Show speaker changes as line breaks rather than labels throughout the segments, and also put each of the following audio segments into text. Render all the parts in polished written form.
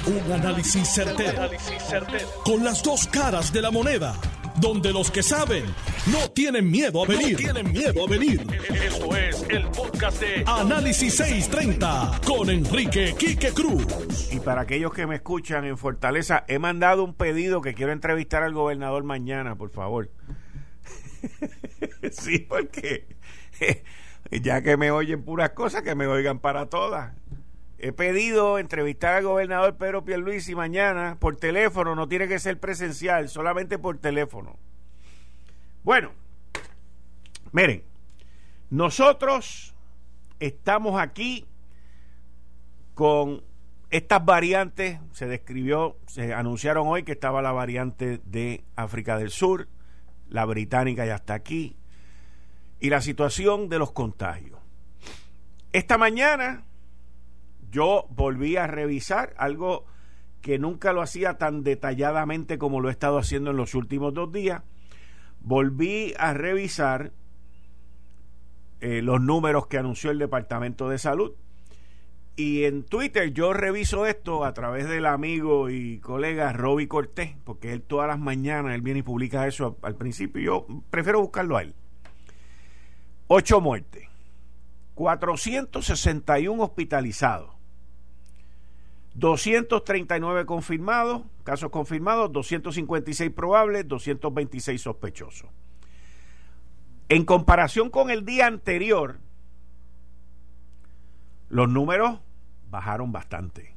Un análisis certero, con las dos caras de la moneda, donde los que saben no tienen miedo a venir. Esto es el podcast de Análisis 630 con Enrique Quique Cruz.
Y para aquellos que me escuchan en Fortaleza, he mandado un pedido que quiero entrevistar al gobernador mañana, por favor. Sí, porque ya que me oyen puras cosas, que me oigan para todas. He pedido entrevistar al gobernador Pedro Pierluisi mañana por teléfono, no tiene que ser presencial, solamente por teléfono. Bueno, miren, nosotros estamos aquí con estas variantes. Se anunciaron hoy que estaba la variante de África del Sur, la británica ya está aquí, y la situación de los contagios. Esta mañana yo volví a revisar algo que nunca lo hacía tan detalladamente como lo he estado haciendo en los últimos 2 días. Volví a revisar los números que anunció el Departamento de Salud. Y en Twitter yo reviso esto a través del amigo y colega Roby Cortés, porque él todas las mañanas, él viene y publica eso al principio, y yo prefiero buscarlo a él. 8 muertes, 461 hospitalizados, 239 casos confirmados, 256 probables, 226 sospechosos. En comparación con el día anterior, los números bajaron bastante.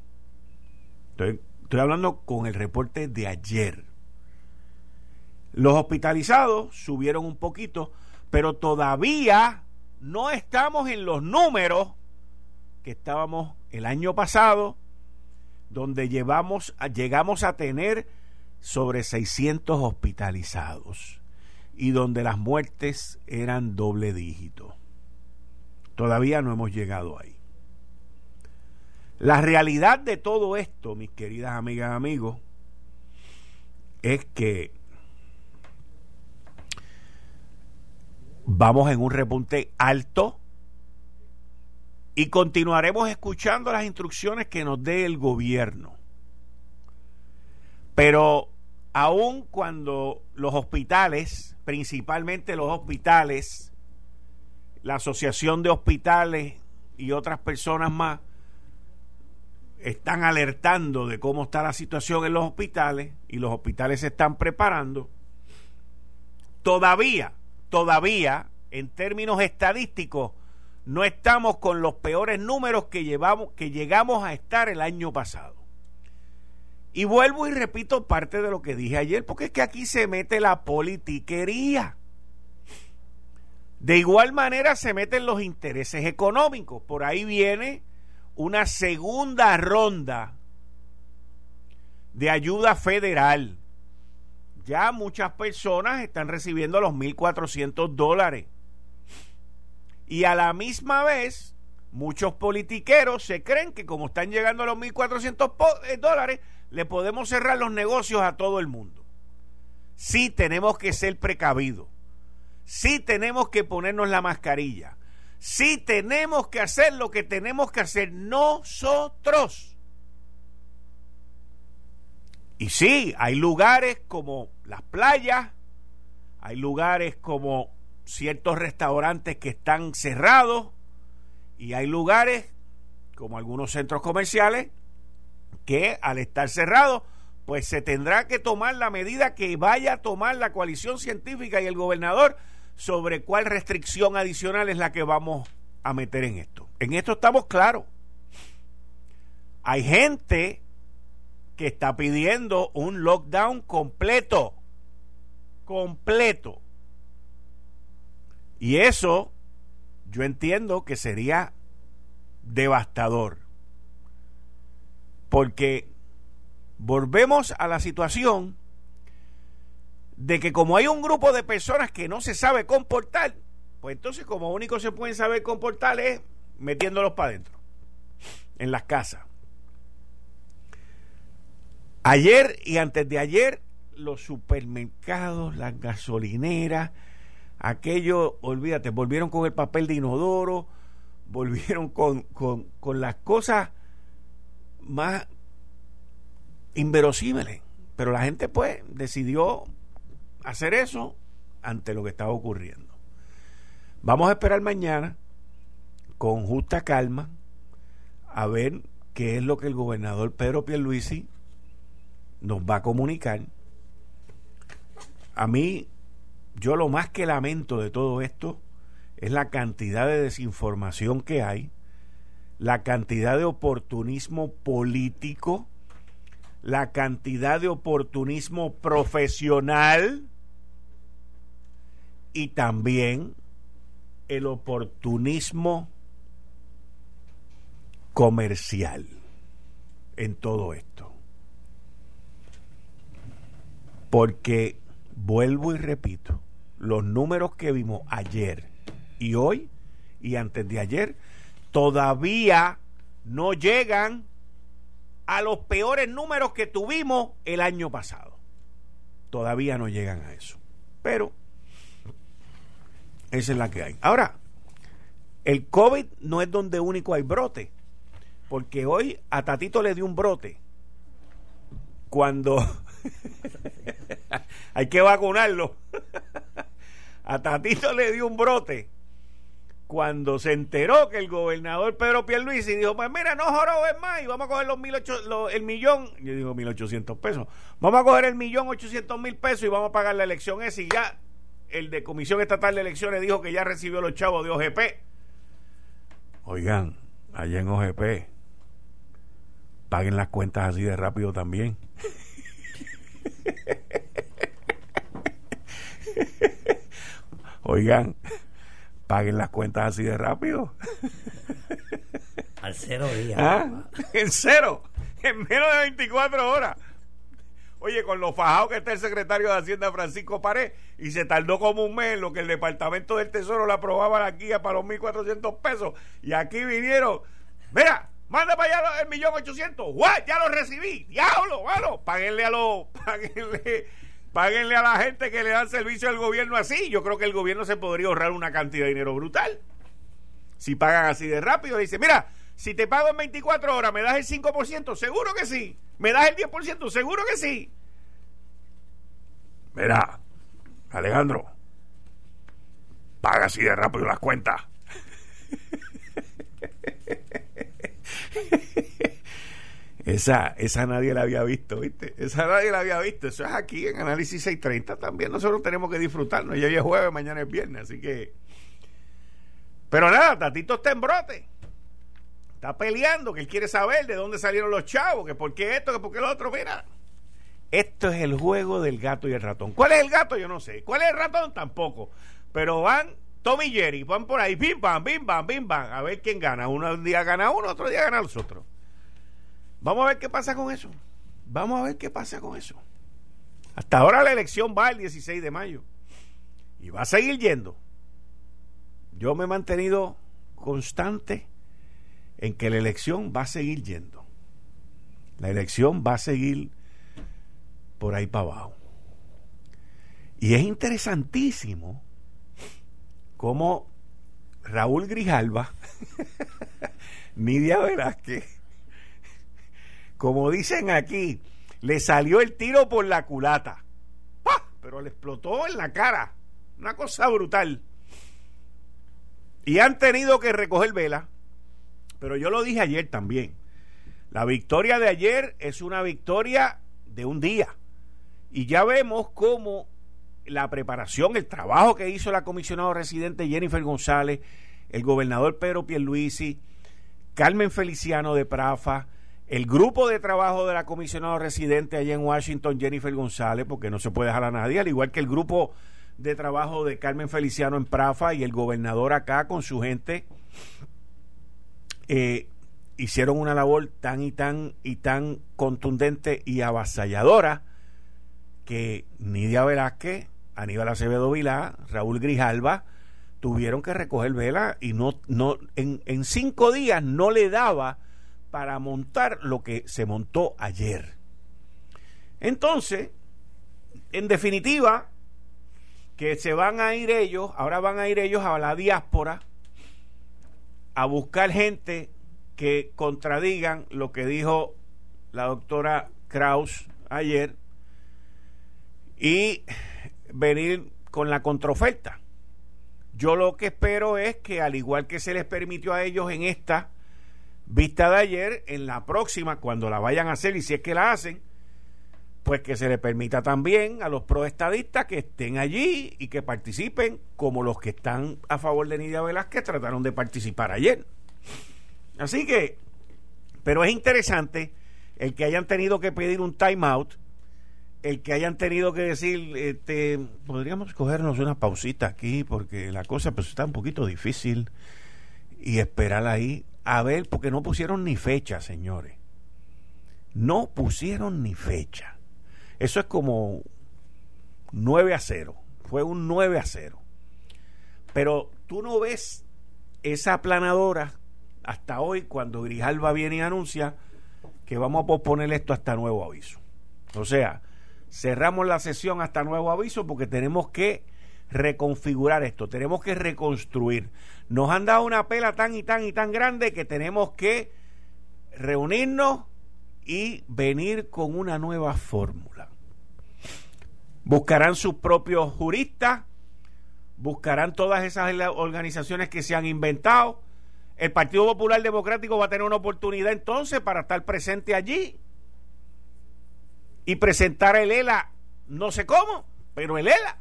Estoy hablando con el reporte de ayer. Los hospitalizados subieron un poquito, pero todavía no estamos en los números que estábamos el año pasado, donde llegamos a tener sobre 600 hospitalizados y donde las muertes eran doble dígito. Todavía no hemos llegado ahí. La realidad de todo esto, mis queridas amigas y amigos, es que vamos en un repunte alto y continuaremos escuchando las instrucciones que nos dé el gobierno. Pero aun cuando los hospitales, principalmente los hospitales, la Asociación de Hospitales y otras personas más están alertando de cómo está la situación en los hospitales y los hospitales se están preparando, todavía en términos estadísticos no estamos con los peores números que llegamos a estar el año pasado. Y vuelvo y repito parte de lo que dije ayer, porque es que aquí se mete la politiquería. De igual manera se meten los intereses económicos. Por ahí viene una segunda ronda de ayuda federal. Ya muchas personas están recibiendo los $1,400. Y a la misma vez, muchos politiqueros se creen que como están llegando a los $1,400, le podemos cerrar los negocios a todo el mundo. Sí tenemos que ser precavidos. Sí tenemos que ponernos la mascarilla. Sí tenemos que hacer lo que tenemos que hacer nosotros. Y sí, hay lugares como las playas, hay lugares como ciertos restaurantes que están cerrados y hay lugares como algunos centros comerciales que al estar cerrados pues se tendrá que tomar la medida que vaya a tomar la coalición científica y el gobernador sobre cuál restricción adicional es la que vamos a meter en esto. En esto estamos claros. Hay gente que está pidiendo un lockdown completo. Y eso yo entiendo que sería devastador. Porque volvemos a la situación de que como hay un grupo de personas que no se sabe comportar, pues entonces como único se pueden saber comportar es metiéndolos para adentro, en las casas. Ayer y antes de ayer, los supermercados, las gasolineras, aquello, olvídate, volvieron con el papel de inodoro, volvieron con las cosas más inverosímiles, pero la gente pues decidió hacer eso ante lo que estaba ocurriendo. Vamos a esperar mañana con justa calma a ver qué es lo que el gobernador Pedro Pierluisi nos va a comunicar. A mí, yo lo más que lamento de todo esto es la cantidad de desinformación que hay, la cantidad de oportunismo político, la cantidad de oportunismo profesional y también el oportunismo comercial en todo esto. Porque, vuelvo y repito, los números que vimos ayer y hoy y antes de ayer todavía no llegan a los peores números que tuvimos el año pasado. Todavía no llegan a eso. Pero esa es la que hay. Ahora, el COVID no es donde único hay brote, porque hoy a Tatito le dio un brote cuando hay que vacunarlo. A Tatito le dio un brote cuando se enteró que el gobernador Pedro Pierluisi dijo, pues mira, no jorobes más y vamos a coger el millón, yo digo 1,800 pesos, vamos a coger el 1,800,000 pesos y vamos a pagar la elección esa, y ya el de Comisión Estatal de Elecciones dijo que ya recibió los chavos de OGP. Oigan, allá en OGP paguen las cuentas así de rápido también. Oigan, paguen las cuentas así de rápido.
Al 0 día.
¿Ah? En cero, en menos de 24 horas. Oye, con lo fajado que está el secretario de Hacienda Francisco Pared, y se tardó como un mes en lo que el Departamento del Tesoro le aprobaba la guía para los 1,400 pesos, y aquí vinieron, mira, manda para allá el 1,800,000, ¡guau! Ya lo recibí, diablo, bueno, páguenle a la gente que le dan servicio al gobierno así. Yo creo que el gobierno se podría ahorrar una cantidad de dinero brutal si pagan así de rápido. Dice, mira, si te pago en 24 horas, ¿me das el 5%? Seguro que sí. ¿Me das el 10%? Seguro que sí. Mira, Alejandro, paga así de rápido las cuentas. Esa nadie la había visto, ¿viste? Esa nadie la había visto. Eso es aquí en Análisis 630 también. Nosotros tenemos que disfrutarnos. Ya hoy es jueves, mañana es viernes, así que... Pero nada, Tatito está en brote. Está peleando, que él quiere saber de dónde salieron los chavos, que por qué esto, que por qué lo otro. Mira, esto es el juego del gato y el ratón. ¿Cuál es el gato? Yo no sé. ¿Cuál es el ratón? Tampoco. Pero van Tom y Jerry, van por ahí, bim, bam, bim, bam, bim, bam, a ver quién gana. Un día gana uno, otro día gana los otros. Vamos a ver qué pasa con eso. Vamos a ver qué pasa con eso. Hasta ahora la elección va el 16 de mayo. Y va a seguir yendo. Yo me he mantenido constante en que la elección va a seguir yendo. La elección va a seguir por ahí para abajo. Y es interesantísimo cómo Raúl Grijalva, Nidia Velázquez, como dicen aquí, le salió el tiro por la culata. ¡Pah! Pero le explotó en la cara. Una cosa brutal. Y han tenido que recoger vela. Pero yo lo dije ayer también. La victoria de ayer es una victoria de un día. Y ya vemos cómo la preparación, el trabajo que hizo la comisionada residente Jennifer González, el gobernador Pedro Pierluisi, Carmen Feliciano de Prafa, el grupo de trabajo de la comisionada residente allá en Washington, Jennifer González, porque no se puede dejar a nadie, al igual que el grupo de trabajo de Carmen Feliciano en Prafa y el gobernador acá con su gente, hicieron una labor tan contundente y avasalladora que Nidia Velázquez, Aníbal Acevedo Vilá, Raúl Grijalva tuvieron que recoger vela y en 5 días no le daba para montar lo que se montó ayer. Entonces, en definitiva, que se van a ir ellos, ahora van a ir ellos a la diáspora a buscar gente que contradigan lo que dijo la doctora Krause ayer y venir con la contraoferta. Yo lo que espero es que, al igual que se les permitió a ellos en esta vista de ayer, en la próxima, cuando la vayan a hacer, y si es que la hacen, pues que se le permita también a los proestadistas que estén allí y que participen, como los que están a favor de Nidia Velázquez trataron de participar ayer. Así que, pero es interesante el que hayan tenido que pedir un time out, el que hayan tenido que decir, podríamos cogernos una pausita aquí porque la cosa pues está un poquito difícil, y esperar ahí a ver, porque no pusieron ni fecha, señores. No pusieron ni fecha. Eso es como 9-0. Fue un 9-0. Pero tú no ves esa aplanadora hasta hoy, cuando Grijalva viene y anuncia que vamos a posponer esto hasta nuevo aviso. O sea, cerramos la sesión hasta nuevo aviso porque tenemos que reconfigurar esto, tenemos que reconstruir. Nos han dado una pela tan y tan y tan grande que tenemos que reunirnos y venir con una nueva fórmula. Buscarán sus propios juristas, buscarán todas esas organizaciones que se han inventado. El Partido Popular Democrático va a tener una oportunidad entonces para estar presente allí y presentar el ELA, no sé cómo, pero el ELA,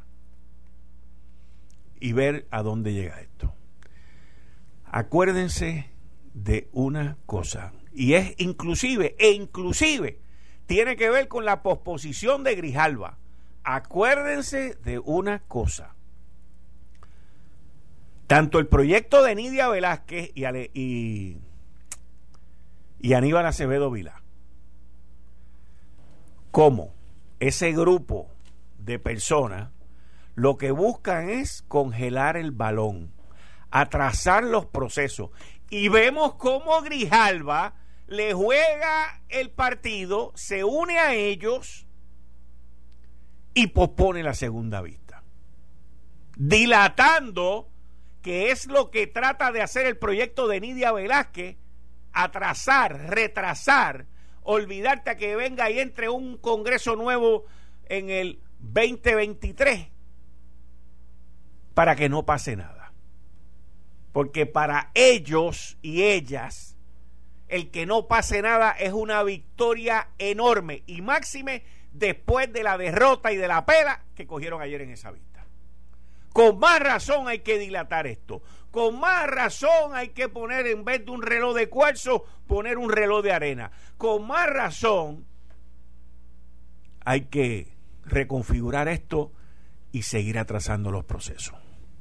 y ver a dónde llega esto. Acuérdense de una cosa, y es inclusive tiene que ver con la posposición de Grijalva. Acuérdense de una cosa: tanto el proyecto de Nidia Velázquez y Aníbal Acevedo Vilá, como ese grupo de personas, lo que buscan es congelar el balón, atrasar los procesos. Y vemos cómo Grijalva le juega el partido, se une a ellos y pospone la segunda vista, dilatando, que es lo que trata de hacer el proyecto de Nidia Velázquez: atrasar, retrasar, olvidarte a que venga y entre un Congreso nuevo en el 2023 para que no pase nada. Porque para ellos y ellas, el que no pase nada es una victoria enorme, y máxime después de la derrota y de la pela que cogieron ayer en esa vista. Con más razón hay que dilatar esto, con más razón hay que poner, en vez de un reloj de cuarzo, poner un reloj de arena, con más razón hay que reconfigurar esto y seguir atrasando los procesos.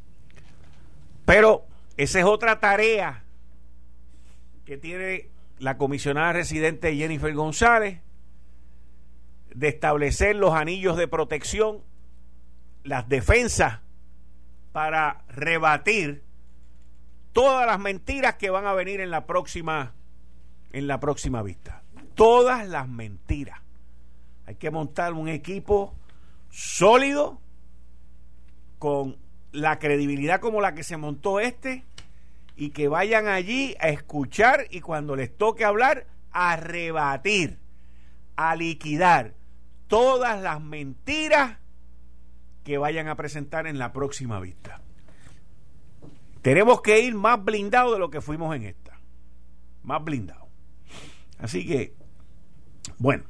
Pero esa es otra tarea que tiene la comisionada residente Jennifer González, de establecer los anillos de protección, las defensas, para rebatir todas las mentiras que van a venir en la próxima vista. Todas las mentiras. Hay que montar un equipo sólido, con la credibilidad como la que se montó y que vayan allí a escuchar, y cuando les toque hablar, a rebatir, a liquidar todas las mentiras que vayan a presentar en la próxima vista. Tenemos que ir más blindados de lo que fuimos en esta. Más blindados. Así que, bueno,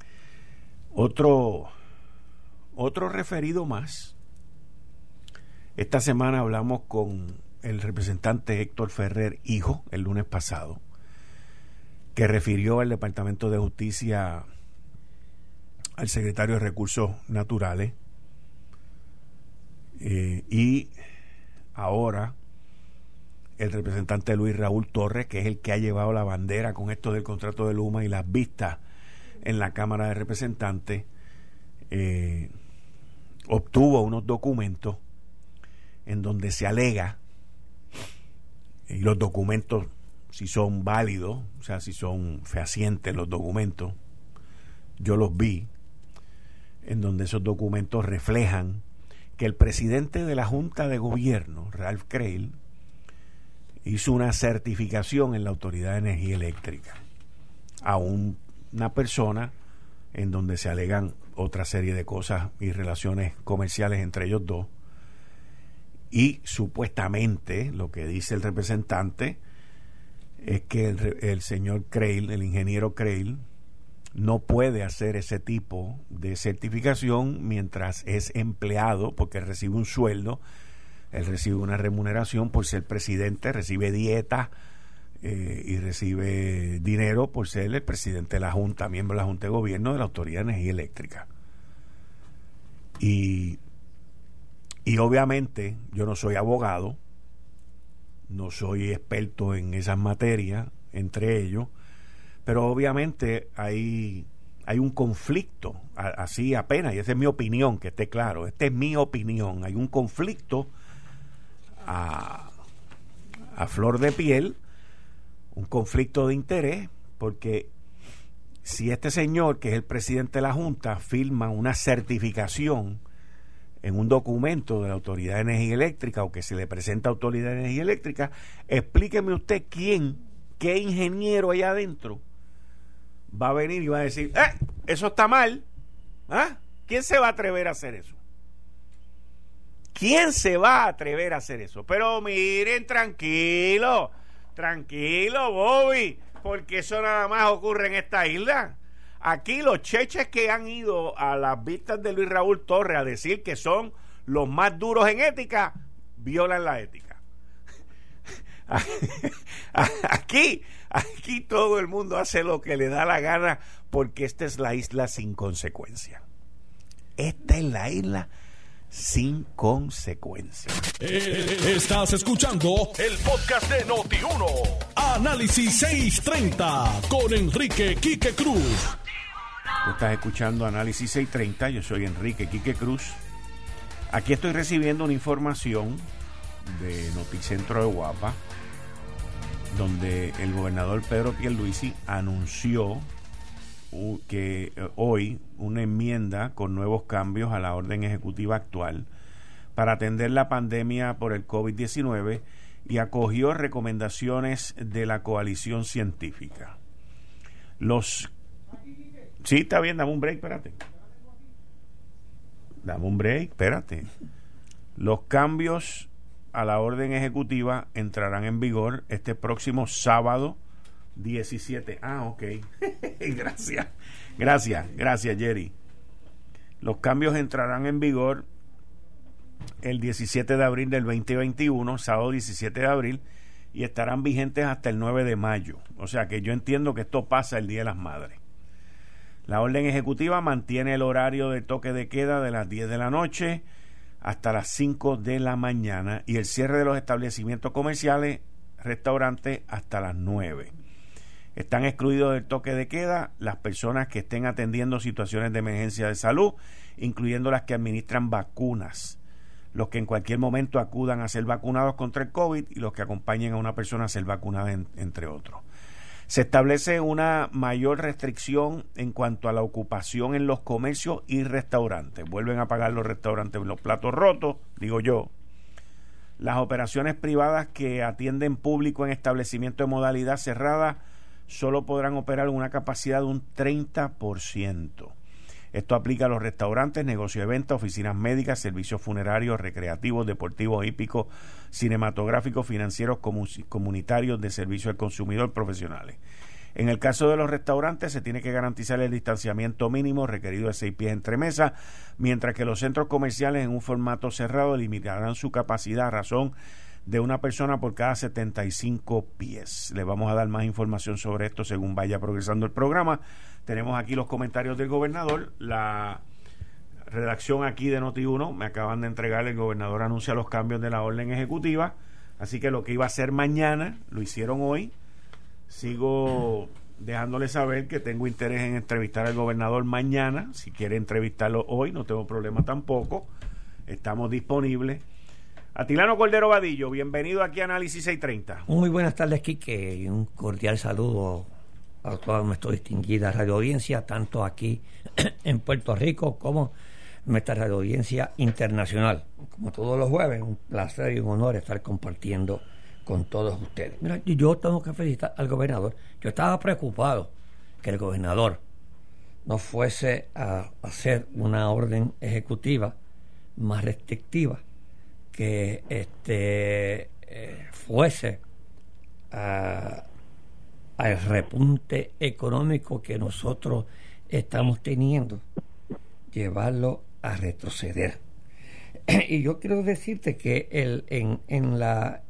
otro referido más. Esta semana hablamos con el representante Héctor Ferrer, hijo, el lunes pasado, que refirió al Departamento de Justicia al secretario de Recursos Naturales, y ahora el representante Luis Raúl Torres, que es el que ha llevado la bandera con esto del contrato de Luma y las vistas en la Cámara de Representantes, obtuvo unos documentos en donde se alega, y los documentos, si son válidos, o sea, si son fehacientes los documentos, yo los vi, en donde esos documentos reflejan que el presidente de la Junta de Gobierno, Ralph Kreil, hizo una certificación en la Autoridad de Energía Eléctrica a una persona en donde se alegan otra serie de cosas y relaciones comerciales entre ellos dos. Y supuestamente lo que dice el representante es que el señor Creil, el ingeniero Creil, no puede hacer ese tipo de certificación mientras es empleado, porque recibe un sueldo, él recibe una remuneración por ser presidente, recibe dieta y recibe dinero por ser el presidente de la Junta, miembro de la Junta de Gobierno de la Autoridad de Energía Eléctrica. Y obviamente yo no soy abogado, no soy experto en esas materias, entre ellos, pero obviamente hay un conflicto, así apenas, y esa es mi opinión, que esté claro, esta es mi opinión, hay un conflicto a flor de piel, un conflicto de interés, porque si este señor, que es el presidente de la Junta, firma una certificación en un documento de la Autoridad de Energía Eléctrica o que se le presenta a Autoridad de Energía Eléctrica, explíqueme usted qué ingeniero allá adentro va a venir y va a decir, eso está mal. ¿Ah? ¿Quién se va a atrever a hacer eso? ¿Quién se va a atrever a hacer eso? Pero miren, tranquilo, Bobby, porque eso nada más ocurre en esta isla. Aquí los cheches que han ido a las vistas de Luis Raúl Torres a decir que son los más duros en ética, violan la ética. Aquí todo el mundo hace lo que le da la gana, porque esta es la isla sin consecuencia. Esta es la isla sin consecuencia.
Estás escuchando el podcast de Noti1. Análisis 630 con Enrique Quique Cruz.
Tú estás escuchando Análisis 630. Yo soy Enrique Quique Cruz. Aquí estoy recibiendo una información de Noticentro de Guapa, donde el gobernador Pedro Pierluisi anunció que hoy una enmienda con nuevos cambios a la orden ejecutiva actual para atender la pandemia por el COVID-19 y acogió recomendaciones de la coalición científica. Sí, está bien, dame un break, espérate. Los cambios a la orden ejecutiva entrarán en vigor este próximo sábado 17. Ok. Gracias, Jerry. Los cambios entrarán en vigor el 17 de abril del 2021, sábado 17 de abril, y estarán vigentes hasta el 9 de mayo. O sea que yo entiendo que esto pasa el Día de las Madres. La orden ejecutiva mantiene el horario de toque de queda de las 10 de la noche hasta las 5 de la mañana y el cierre de los establecimientos comerciales, restaurantes, hasta las 9. Están excluidos del toque de queda las personas que estén atendiendo situaciones de emergencia de salud, incluyendo las que administran vacunas, los que en cualquier momento acudan a ser vacunados contra el COVID y los que acompañen a una persona a ser vacunada, entre otros. Se establece una mayor restricción en cuanto a la ocupación en los comercios y restaurantes. Vuelven a pagar los restaurantes los platos rotos, digo yo. Las operaciones privadas que atienden público en establecimientos de modalidad cerrada solo podrán operar una capacidad de un 30%. Esto aplica a los restaurantes, negocios de venta, oficinas médicas, servicios funerarios, recreativos, deportivos, hípicos, cinematográficos, financieros, comunitarios, de servicio al consumidor, profesionales. En el caso de los restaurantes se tiene que garantizar el distanciamiento mínimo requerido de 6 pies entre mesas, mientras que los centros comerciales en un formato cerrado limitarán su capacidad a razón de una persona por cada 75 pies. Le vamos a dar más información sobre esto según vaya progresando el programa. Tenemos aquí los comentarios del gobernador. La redacción aquí de Noti1 me acaban de entregar, el gobernador anuncia los cambios de la orden ejecutiva, así que lo que iba a ser mañana lo hicieron hoy. Sigo dejándole saber que tengo interés en entrevistar al gobernador mañana. Si quiere entrevistarlo hoy, no tengo problema tampoco, estamos disponibles. Atilano Cordero Vadillo, bienvenido aquí a Análisis 630.
Muy buenas tardes, Quique, y un cordial saludo a toda nuestra distinguida radioaudiencia, tanto aquí en Puerto Rico como nuestra radioaudiencia internacional. Como todos los jueves, un placer y un honor estar compartiendo con todos ustedes. Mira, yo tengo que felicitar al gobernador. Yo estaba preocupado que el gobernador no fuese a hacer una orden ejecutiva más restrictiva que fuese al repunte económico que nosotros estamos teniendo, llevarlo a retroceder. Y yo quiero decirte que en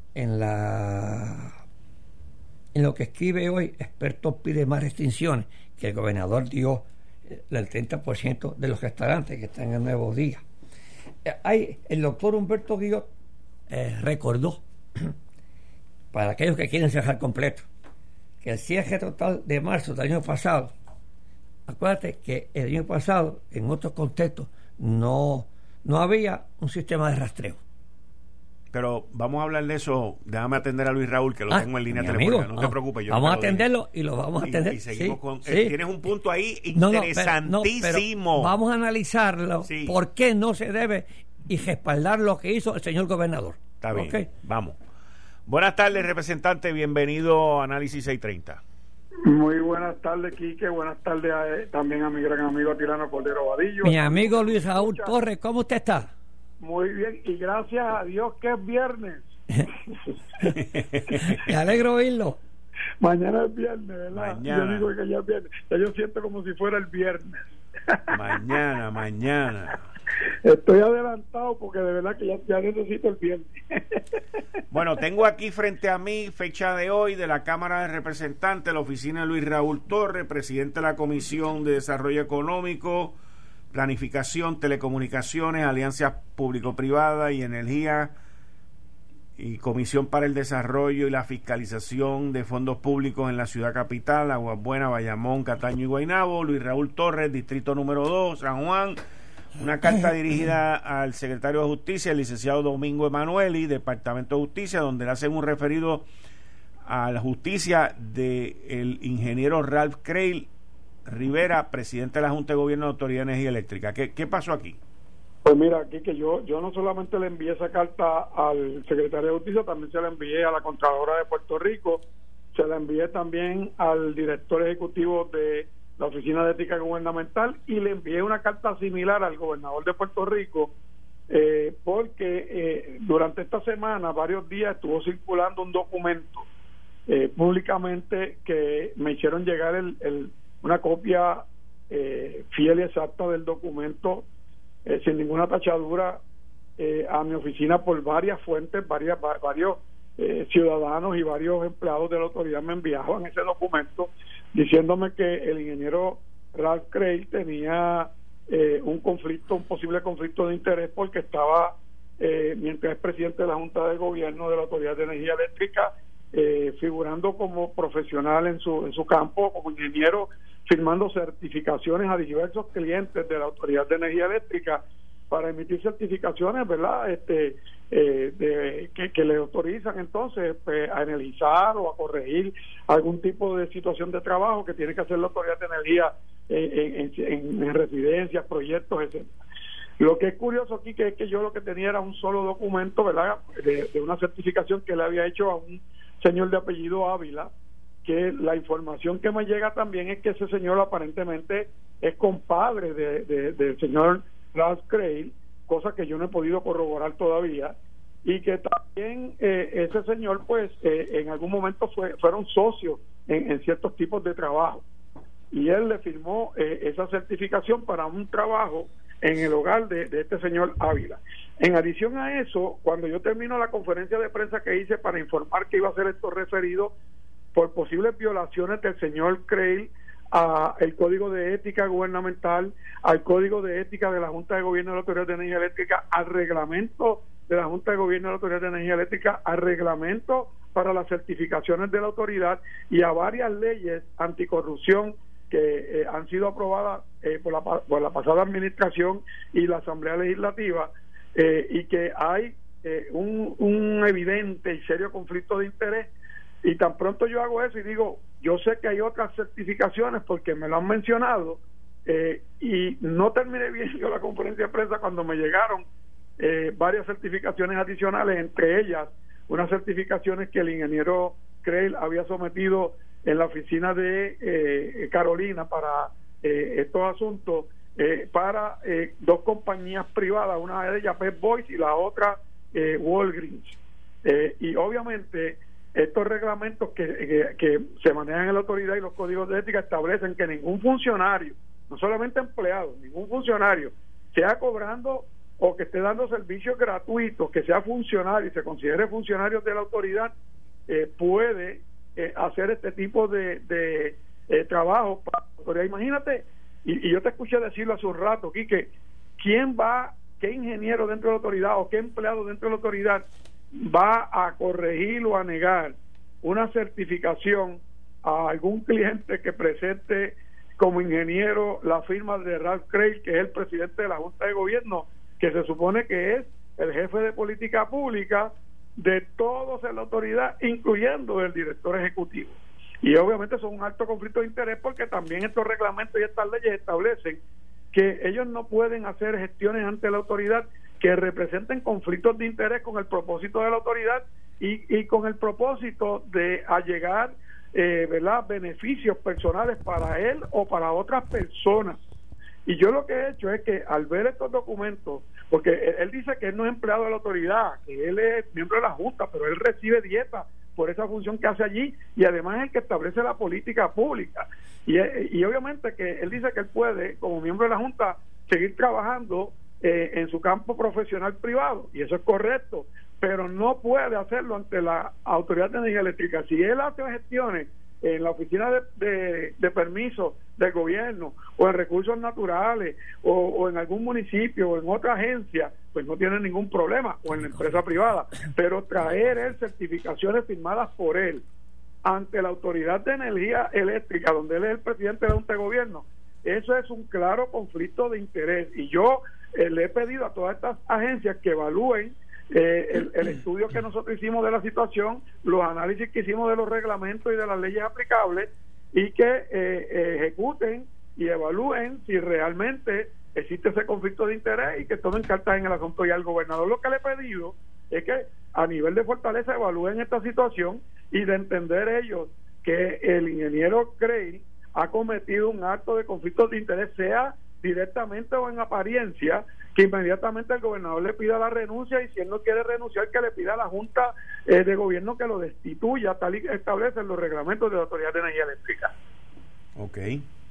lo que escribe hoy Expertos pide más restricciones, que el gobernador dio el 30% de los restaurantes que están en Nuevos Días. El doctor Humberto Guillot recordó, para aquellos que quieren cerrar completo, que el cierre total de marzo del año pasado, acuérdate que el año pasado, en otros contextos, no había un sistema de rastreo.
Pero vamos a hablar de eso. Déjame atender a Luis Raúl, que lo tengo en línea telefónica. No te preocupes.
Vamos a atenderlo y lo vamos a atender.
Y seguimos con... Tienes un punto ahí interesantísimo.
Pero vamos a analizarlo.
Sí.
¿Por qué no se debe y respaldar lo que hizo el señor gobernador?
Está bien. Okay. Vamos. Buenas tardes, representante. Bienvenido a Análisis 630.
Muy buenas tardes, Quique. Buenas tardes también a mi gran amigo Tirano Cordero Vadillo.
Mi amigo Luis Raúl Torres, ¿cómo usted está?
Muy bien, y gracias a Dios que es viernes.
Me alegro oírlo.
Mañana es viernes, ¿verdad?
Mañana.
Yo digo que ya es viernes. Ya yo siento como si fuera el viernes.
Mañana.
Estoy adelantado porque de verdad que ya necesito el viernes.
Bueno, tengo aquí frente a mí fecha de hoy de la Cámara de Representantes, la oficina de Luis Raúl Torres, presidente de la Comisión de Desarrollo Económico, Planificación, Telecomunicaciones, Alianzas Público-Privadas y Energía, y Comisión para el Desarrollo y la Fiscalización de Fondos Públicos en la Ciudad Capital, Aguas Buenas, Bayamón, Cataño y Guaynabo. Luis Raúl Torres, Distrito número 2, San Juan. Una carta dirigida al secretario de Justicia, el licenciado Domingo Emanueli, Departamento de Justicia, donde le hacen un referido a la justicia del ingeniero Ralph Creil Rivera, presidente de la Junta de Gobierno de Autoridad de Energía Eléctrica. ¿Qué pasó aquí?
Pues mira, aquí que yo no solamente le envié esa carta al secretario de Justicia, también se la envié a la Contralora de Puerto Rico, se la envié también al director ejecutivo de la Oficina de Ética Gubernamental y le envié una carta similar al gobernador de Puerto Rico, porque durante esta semana, varios días, estuvo circulando un documento públicamente que me hicieron llegar una copia fiel y exacta del documento, sin ninguna tachadura, a mi oficina por varias fuentes, varios ciudadanos y varios empleados de la autoridad me enviaban ese documento diciéndome que el ingeniero Ralph Creil tenía un posible conflicto de interés porque estaba, mientras es presidente de la Junta de Gobierno de la Autoridad de Energía Eléctrica, figurando como profesional en su campo, como ingeniero, firmando certificaciones a diversos clientes de la Autoridad de Energía Eléctrica para emitir certificaciones, ¿verdad? Que le autorizan entonces a analizar o a corregir algún tipo de situación de trabajo que tiene que hacer la Autoridad de Energía en residencias, proyectos, etcétera. Lo que es curioso aquí es que yo lo que tenía era un solo documento, ¿verdad? De una certificación que le había hecho a un señor de apellido Ávila, que la información que me llega también es que ese señor aparentemente es compadre del señor Ralph Creil, cosa que yo no he podido corroborar todavía, y que también ese señor pues en algún momento fueron socios en ciertos tipos de trabajo, y él le firmó esa certificación para un trabajo en el hogar de este señor Ávila. En adición a eso, cuando yo termino la conferencia de prensa que hice para informar que iba a ser esto referido por posibles violaciones del señor Creil al Código de Ética Gubernamental, al Código de Ética de la Junta de Gobierno de la Autoridad de Energía Eléctrica, al reglamento de la Junta de Gobierno de la Autoridad de Energía Eléctrica, al reglamento para las certificaciones de la autoridad y a varias leyes anticorrupción que han sido aprobadas por la pasada administración y la Asamblea Legislativa, y que hay un evidente y serio conflicto de interés. Y tan pronto yo hago eso y digo, yo sé que hay otras certificaciones porque me lo han mencionado, y no terminé bien yo la conferencia de prensa cuando me llegaron varias certificaciones adicionales, entre ellas unas certificaciones que el ingeniero Creil había sometido en la oficina de Carolina para estos asuntos para dos compañías privadas, una de ellas Pep Boys y la otra Walgreens. Y obviamente estos reglamentos que se manejan en la autoridad y los códigos de ética establecen que ningún funcionario, no solamente empleado, ningún funcionario, sea cobrando o que esté dando servicios gratuitos, que sea funcionario y se considere funcionario de la autoridad, puede hacer este tipo de trabajo para la autoridad. Imagínate, y yo te escuché decirlo hace un rato, Quique, qué ingeniero dentro de la autoridad o qué empleado dentro de la autoridad va a corregir o a negar una certificación a algún cliente que presente como ingeniero la firma de Ralph Craig, que es el presidente de la Junta de Gobierno, que se supone que es el jefe de política pública de todos en la autoridad, incluyendo el director ejecutivo. Y obviamente son un alto conflicto de interés, porque también estos reglamentos y estas leyes establecen que ellos no pueden hacer gestiones ante la autoridad que representen conflictos de interés con el propósito de la autoridad y con el propósito de allegar ¿verdad?, beneficios personales para él o para otras personas. Y yo lo que he hecho es que al ver estos documentos, porque él dice que él no es empleado de la autoridad, que él es miembro de la Junta, pero él recibe dieta por esa función que hace allí, y además es el que establece la política pública. Y obviamente que él dice que él puede, como miembro de la Junta, seguir trabajando en su campo profesional privado, y eso es correcto, pero no puede hacerlo ante la Autoridad de Energía Eléctrica. Si él hace gestiones en la oficina de permisos del gobierno o en recursos naturales o en algún municipio o en otra agencia, pues no tiene ningún problema, o en la empresa privada, pero traer él certificaciones firmadas por él ante la Autoridad de Energía Eléctrica, donde él es el presidente de la Junta de Gobierno, eso es un claro conflicto de interés. Y yo le he pedido a todas estas agencias que evalúen el estudio que nosotros hicimos de la situación, los análisis que hicimos de los reglamentos y de las leyes aplicables, y que ejecuten y evalúen si realmente existe ese conflicto de interés y que tomen cartas en el asunto. Y al gobernador lo que le he pedido es que a nivel de Fortaleza evalúen esta situación y de entender ellos que el ingeniero Craig ha cometido un acto de conflicto de interés, sea directamente o en apariencia, que inmediatamente el gobernador le pida la renuncia, y si él no quiere renunciar, que le pida a la Junta de Gobierno que lo destituya, tal y establecen los reglamentos de la Autoridad de Energía Eléctrica. Ok.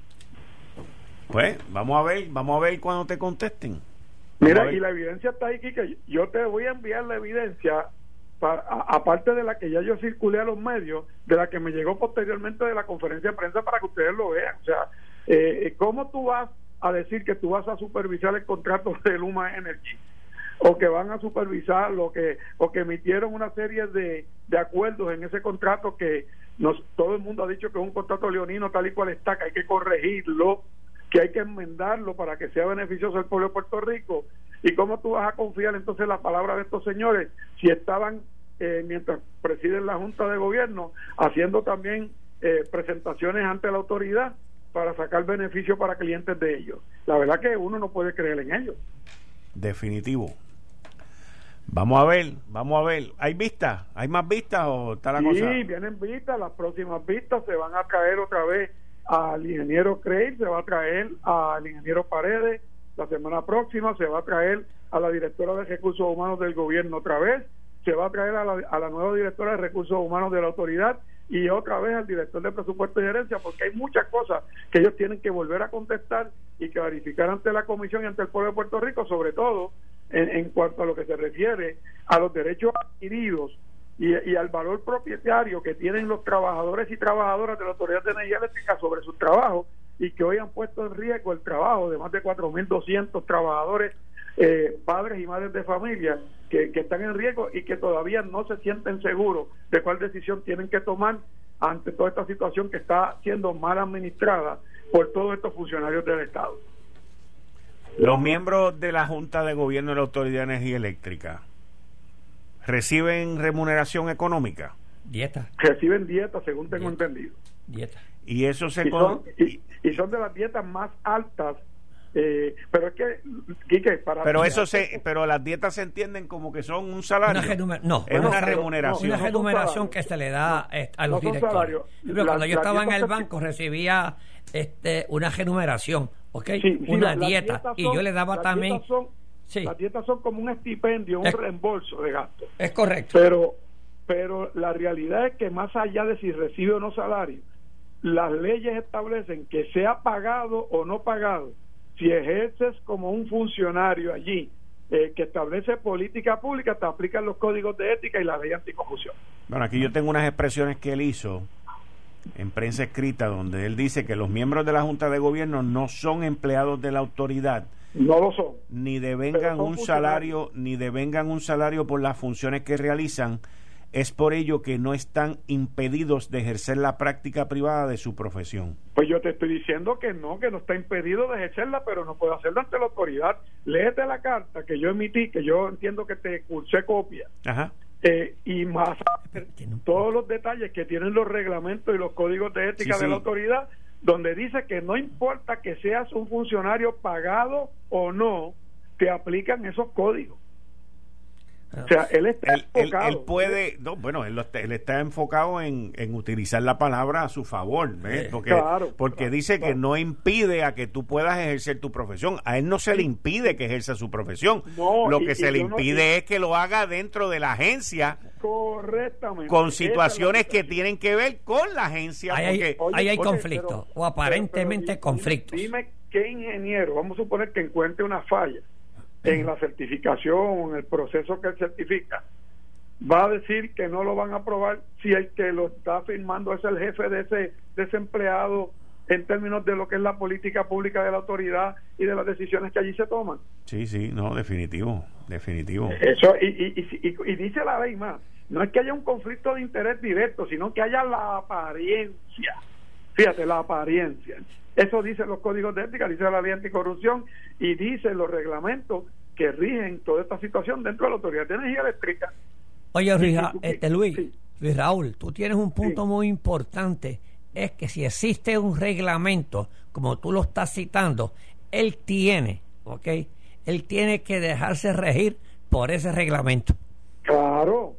Pues vamos a ver cuando te contesten.
Mira, y la evidencia está ahí, que yo te voy a enviar la evidencia, aparte de la que ya yo circulé a los medios, de la que me llegó posteriormente de la conferencia de prensa, para que ustedes lo vean. O sea, ¿cómo tú vas a decir que tú vas a supervisar el contrato de Luma Energy, o que van a supervisar o que emitieron una serie de acuerdos en ese contrato que todo el mundo ha dicho que es un contrato leonino tal y cual está, que hay que corregirlo, que hay que enmendarlo para que sea beneficioso al pueblo de Puerto Rico? ¿Y cómo tú vas a confiar entonces en la palabra de estos señores si estaban, mientras presiden la Junta de Gobierno, haciendo también presentaciones ante la autoridad para sacar beneficio para clientes de ellos? La verdad que uno no puede creer en ellos.
Definitivo. Vamos a ver. ¿Hay vistas? ¿Hay más vistas o está la cosa?
Sí, vienen vistas. Las próximas vistas se van a traer otra vez al ingeniero Craig, se va a traer al ingeniero Paredes la semana próxima, se va a traer a la directora de Recursos Humanos del gobierno otra vez, se va a traer a la nueva directora de Recursos Humanos de la autoridad, y otra vez al director de Presupuesto y Gerencia, porque hay muchas cosas que ellos tienen que volver a contestar y que verificar ante la Comisión y ante el pueblo de Puerto Rico, sobre todo en cuanto a lo que se refiere a los derechos adquiridos y al valor propietario que tienen los trabajadores y trabajadoras de la Autoridad de Energía Eléctrica sobre sus trabajos, y que hoy han puesto en riesgo el trabajo de más de 4.200 trabajadores, padres y madres de familia que están en riesgo y que todavía no se sienten seguros de cuál decisión tienen que tomar ante toda esta situación que está siendo mal administrada por todos estos funcionarios del Estado.
Los miembros de la Junta de Gobierno de la Autoridad de Energía Eléctrica ¿reciben remuneración económica?
Dieta.
Reciben dieta, según tengo entendido.
Dieta.
Y eso se
son de las dietas más altas Pero es que, Quique,
pero las dietas se entienden como que son un salario.
Es
una remuneración.
Una remuneración que se le da a los directores. Pero cuando yo estaba en el banco recibía una remuneración, ¿ok? Una dieta. Y yo le daba también...
Las dietas son como un estipendio, un reembolso de gastos.
Es correcto.
Pero la realidad es que más allá de si recibe o no salario, las leyes establecen que sea pagado o no pagado, si ejerces como un funcionario allí que establece política pública, te aplican los códigos de ética y la ley anticorrupción.
Bueno, aquí yo tengo unas expresiones que él hizo en prensa escrita donde él dice que los miembros de la Junta de Gobierno no son empleados de la autoridad.
No lo son.
Ni devengan un salario, por las funciones que realizan. Es por ello que no están impedidos de ejercer la práctica privada de su profesión.
Pues yo te estoy diciendo que no está impedido de ejercerla, pero no puede hacerlo ante la autoridad. Léete la carta que yo emití, que yo entiendo que te cursé copia.
Ajá.
Y más todos los detalles que tienen los reglamentos y los códigos de ética de la autoridad, donde dice que no importa que seas un funcionario pagado o no, te aplican esos códigos. O sea, él está enfocado.
Él puede, él está enfocado en utilizar la palabra a su favor, ¿ves? Porque dice que no impide a que tú puedas ejercer tu profesión. A él no se le impide que ejerza su profesión. Lo que se le impide es que lo haga dentro de la agencia.
Correctamente.
Con situaciones que tienen que ver con la agencia.
Ahí hay conflictos, o aparentemente conflictos.
Dime qué ingeniero, vamos a suponer que encuentre una falla en la certificación, en el proceso que él certifica, va a decir que no lo van a aprobar si el que lo está firmando es el jefe de ese empleado en términos de lo que es la política pública de la autoridad y de las decisiones que allí se toman.
Sí, no, definitivo.
Eso, y dice la ley más, no es que haya un conflicto de interés directo, sino que haya la apariencia. Fíjate, la apariencia. Eso dicen los códigos de ética, dice la ley anticorrupción y dicen los reglamentos que rigen toda esta situación dentro de la Autoridad de Energía Eléctrica.
Oye, Luis Raúl, tú tienes un punto muy importante, es que si existe un reglamento, como tú lo estás citando, él tiene que dejarse regir por ese reglamento.
Claro.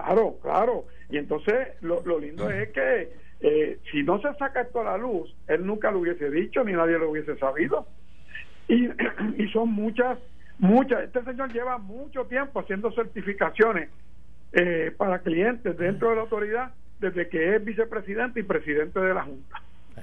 Y entonces lo lindo es que si no se saca esto a la luz, él nunca lo hubiese dicho ni nadie lo hubiese sabido. Y son muchas. Este señor lleva mucho tiempo haciendo certificaciones para clientes dentro de la autoridad desde que es vicepresidente y presidente de la Junta.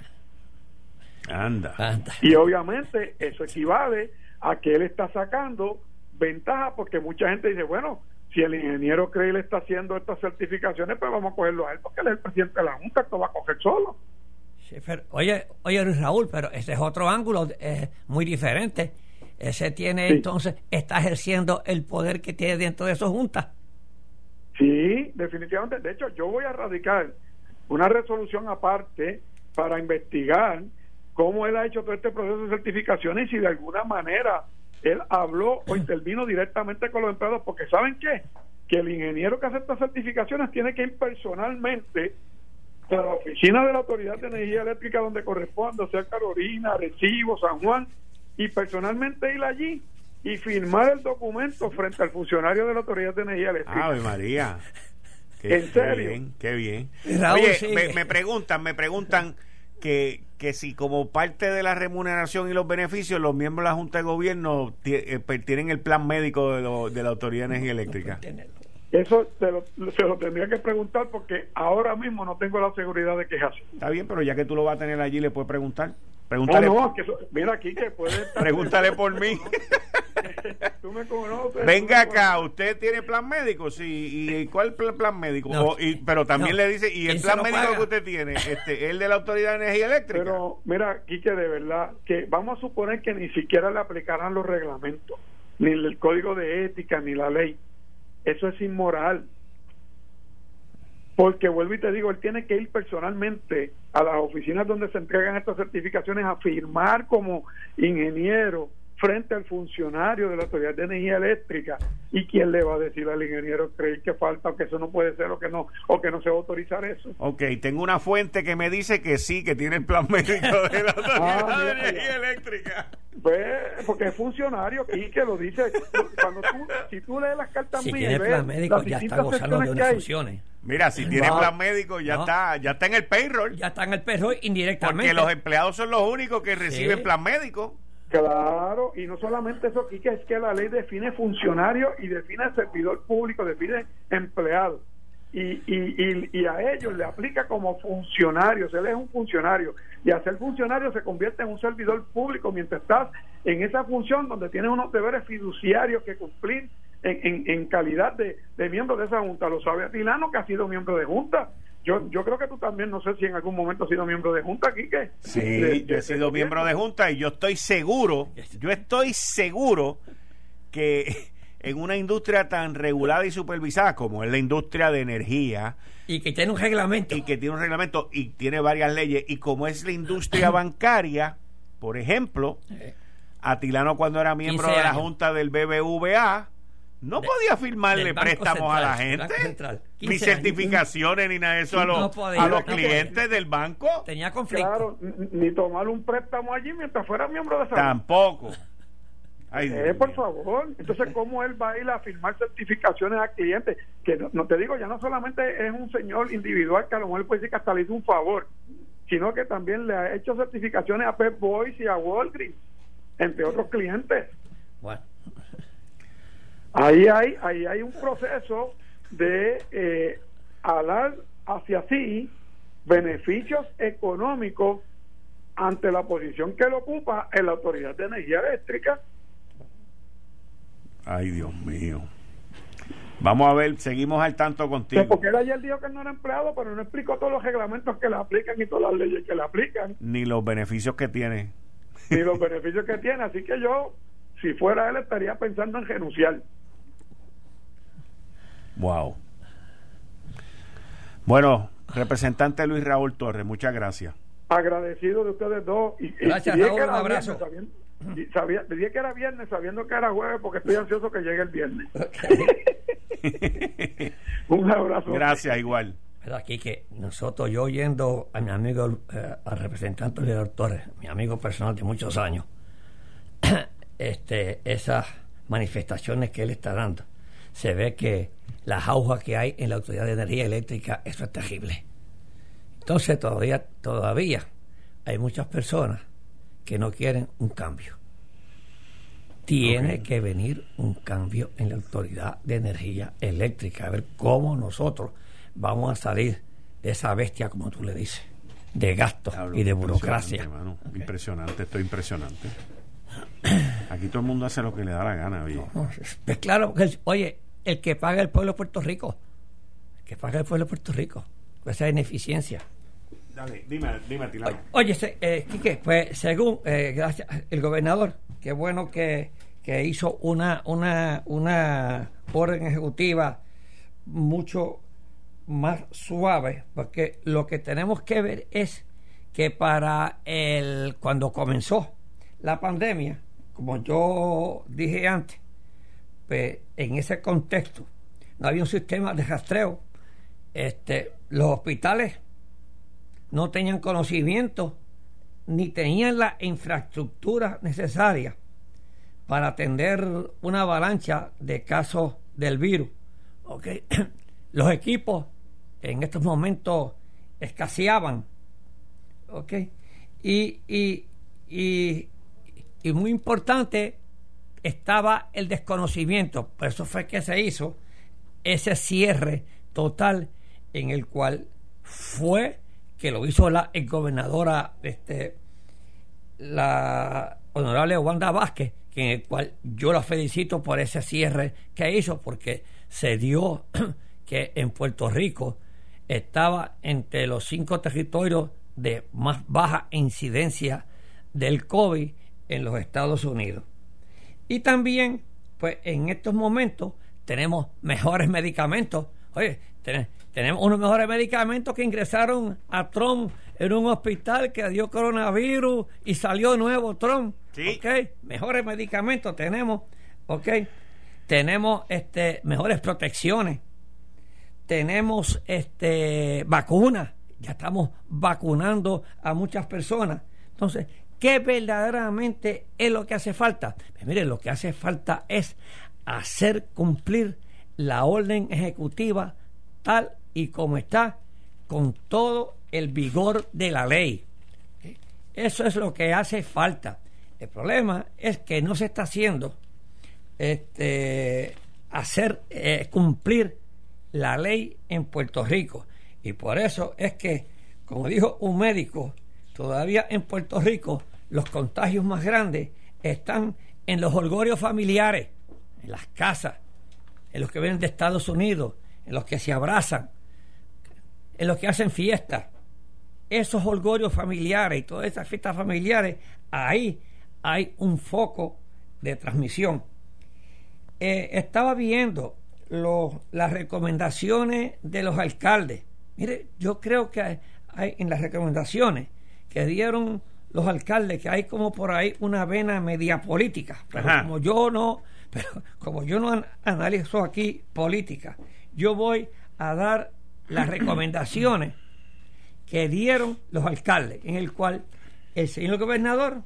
Anda.
Y obviamente eso equivale a que él está sacando ventaja, porque mucha gente dice, bueno, si el ingeniero cree que le está haciendo estas certificaciones, pues vamos a cogerlo a él, porque él es el presidente de la Junta, esto va a coger solo.
Sí, pero, oye Raúl, pero ese es otro ángulo muy diferente. Ese tiene entonces, está ejerciendo el poder que tiene dentro de su Junta.
Sí, definitivamente. De hecho, yo voy a radicar una resolución aparte para investigar cómo él ha hecho todo este proceso de certificaciones y si de alguna manera él habló o intervino directamente con los empleados, porque ¿saben qué? Que el ingeniero que hace estas certificaciones tiene que ir personalmente a la oficina de la Autoridad de Energía Eléctrica donde corresponda, sea Carolina, Arecibo, San Juan, y personalmente ir allí y firmar el documento frente al funcionario de la Autoridad de Energía Eléctrica.
¡Ave María!
¿En serio?
Qué bien.
Raúl,
oye,
sí.
me preguntan que si como parte de la remuneración y los beneficios los miembros de la Junta de Gobierno tienen el plan médico de la Autoridad de Energía Eléctrica.
Eso se lo tendría que preguntar, porque ahora mismo no tengo la seguridad de que es así.
Está bien, pero ya que tú lo vas a tener allí, le puedes preguntar. Pregúntale.
Mira aquí que puede estar.
Pregúntale por mí.
Tú me conoces.
Venga acá, ¿usted tiene plan médico? Sí. ¿Y cuál plan médico?
No,
pero también le dice, ¿y el plan médico
paga?
que usted tiene? ¿El de la Autoridad de Energía Eléctrica?
Pero mira, Quique, de verdad, que vamos a suponer que ni siquiera le aplicarán los reglamentos, ni el código de ética, ni la ley. Eso es inmoral. Porque vuelvo y te digo, él tiene que ir personalmente a las oficinas donde se entregan estas certificaciones a firmar como ingeniero, frente al funcionario de la Autoridad de Energía Eléctrica, y quién le va a decir al ingeniero Craig que falta, o que eso no puede ser, o que no se va a autorizar eso.
Ok, tengo una fuente que me dice que sí, que tiene el plan médico de la Autoridad de Energía Eléctrica.
Pues, porque es funcionario, y que lo dice. Si tú lees las cartas
si
mías,
tiene plan médico, ya está gozando de unas funciones.
Mira, si tiene plan médico, ya está en el payroll.
Ya está en el payroll indirectamente.
Porque los empleados son los únicos que reciben plan médico.
Claro, y no solamente eso, Quique, es que la ley define funcionario y define servidor público, define empleado. Y a ellos le aplica como funcionarios. Él es un funcionario, y al ser funcionario se convierte en un servidor público mientras estás en esa función donde tienes unos deberes fiduciarios que cumplir en calidad de miembro de esa junta. Lo sabe Atilano, que ha sido miembro de junta. Yo creo que tú también, no sé si en algún momento has sido miembro de junta, Quique.
Sí, yo he sido miembro de junta, y yo estoy seguro que en una industria tan regulada y supervisada como es la industria de energía,
y que tiene un reglamento
y tiene varias leyes, y como es la industria bancaria, por ejemplo, Atilano, cuando era miembro de la junta del BBVA, no podía firmarle préstamos a la gente, ni certificaciones ni nada de eso a los clientes del banco.
Tenía conflicto.
Claro, ni tomar un préstamo allí mientras fuera miembro de esa
tampoco.
Por favor. Entonces, ¿cómo él va a ir a firmar certificaciones a clientes? Que no te digo, ya no solamente es un señor individual que a lo mejor puede decir que hasta le hizo un favor, sino que también le ha hecho certificaciones a Pep Boys y a Walgreens, entre otros clientes.
Bueno.
Ahí hay un proceso de alar hacia sí beneficios económicos ante la posición que él ocupa en la Autoridad de Energía Eléctrica.
Ay, Dios mío. Vamos a ver, seguimos al tanto contigo.
Porque él ayer dijo que no era empleado, pero no explicó todos los reglamentos que le aplican y todas las leyes que le aplican.
Ni los beneficios que tiene.
Así que yo, si fuera él, estaría pensando en renunciar.
Wow. Bueno, representante Luis Raúl Torres, muchas gracias.
Agradecido de ustedes dos.
Gracias, Raúl, un abrazo.
Dije que era viernes sabiendo que era jueves, porque estoy ansioso que llegue el viernes. Un abrazo.
Gracias, igual.
Pero aquí que nosotros, yo oyendo a mi amigo, al representante Luis Raúl Torres, mi amigo personal de muchos años, esas manifestaciones que él está dando, se ve que las aujas que hay en la Autoridad de Energía Eléctrica, eso es terrible. Entonces todavía hay muchas personas que no quieren un cambio. Tiene que venir un cambio en la Autoridad de Energía Eléctrica, a ver cómo nosotros vamos a salir de esa bestia, como tú le dices, de gastos y de burocracia.
Impresionante, esto es impresionante. Aquí todo el mundo hace lo que le da la gana.
Pues claro, porque el que paga el pueblo de Puerto Rico, esa ineficiencia.
Dale, dime, Tilano.
Oye, Quique, pues según gracias el gobernador, qué bueno que hizo una orden ejecutiva mucho más suave, porque lo que tenemos que ver es que cuando comenzó la pandemia, como yo dije antes, pues en ese contexto no había un sistema de rastreo. Los hospitales no tenían conocimiento ni tenían la infraestructura necesaria para atender una avalancha de casos del virus. ¿Okay? Los equipos en estos momentos escaseaban. ¿Okay? Y muy importante, estaba el desconocimiento. Por eso fue que se hizo ese cierre total, en el cual fue que lo hizo la gobernadora, la honorable Wanda Vázquez, en el cual yo la felicito por ese cierre que hizo, porque se dio que en Puerto Rico estaba entre los 5 territorios de más baja incidencia del COVID en los Estados Unidos. Y también, pues en estos momentos tenemos mejores medicamentos. Oye, Tenemos unos mejores medicamentos que ingresaron a Trump en un hospital que dio coronavirus y salió nuevo Trump.
Sí.
¿Okay? Mejores medicamentos tenemos, ¿okay? Tenemos mejores protecciones. Tenemos vacunas. Ya estamos vacunando a muchas personas. Entonces, ¿qué verdaderamente es lo que hace falta? Pues mire, lo que hace falta es hacer cumplir la orden ejecutiva tal y como está, con todo el vigor de la ley. Eso es lo que hace falta. El problema es que no se está haciendo hacer cumplir la ley en Puerto Rico, y por eso es que, como dijo un médico, todavía en Puerto Rico los contagios más grandes están en los holgorios familiares, en las casas, en los que vienen de Estados Unidos, en los que se abrazan, en los que hacen fiestas. Esos holgorios familiares y todas esas fiestas familiares, ahí hay un foco de transmisión. Estaba viendo las recomendaciones de los alcaldes. Mire, yo creo que hay en las recomendaciones que dieron los alcaldes, que hay como por ahí una vena media política, pero como yo no analizo aquí política, yo voy a dar las recomendaciones que dieron los alcaldes, en el cual el señor gobernador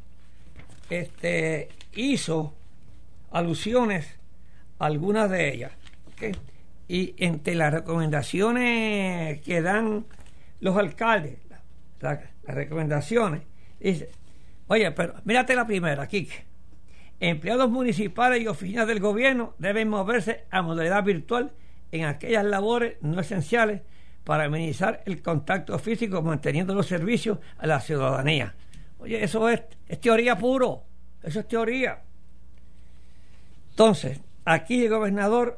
hizo alusiones a algunas de ellas, ¿okay? Y entre las recomendaciones que dan los alcaldes, las recomendaciones, dice, oye, pero mírate la primera aquí: empleados municipales y oficinas del gobierno deben moverse a modalidad virtual en aquellas labores no esenciales para minimizar el contacto físico, manteniendo los servicios a la ciudadanía. Oye, eso es teoría puro, eso es teoría. Entonces, aquí el gobernador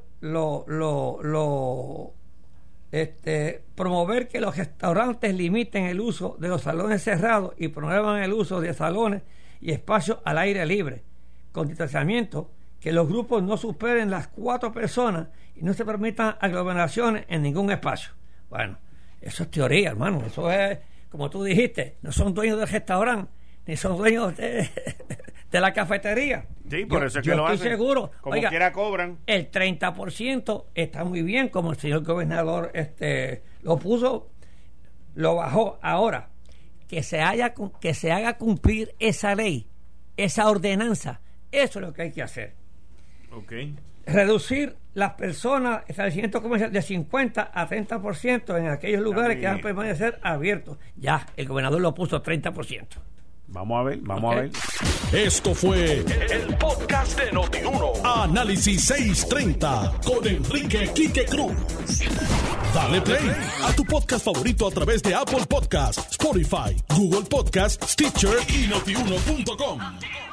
promover que los restaurantes limiten el uso de los salones cerrados y promuevan el uso de salones y espacios al aire libre, con distanciamiento, que los grupos no superen las 4 personas y no se permitan aglomeraciones en ningún espacio. Bueno, eso es teoría, hermano. Eso es, como tú dijiste, no son dueños del restaurante, ni son dueños de la cafetería.
Sí, por eso es que lo hacen. Yo estoy
seguro.
Como
oiga,
quiera cobran.
El 30% está muy bien, como el señor gobernador lo puso, lo bajó. Ahora, que se haga cumplir esa ley, esa ordenanza, eso es lo que hay que hacer.
Okay.
Reducir las personas, establecimientos comerciales de 50 a 30% en aquellos lugares que van a permanecer abiertos. Ya, el gobernador lo puso 30%.
Vamos a ver.
Esto fue el podcast de Noti1. Análisis 630 con Enrique Quique Cruz. Dale play a tu podcast favorito a través de Apple Podcasts, Spotify, Google Podcasts, Stitcher y Notiuno.com.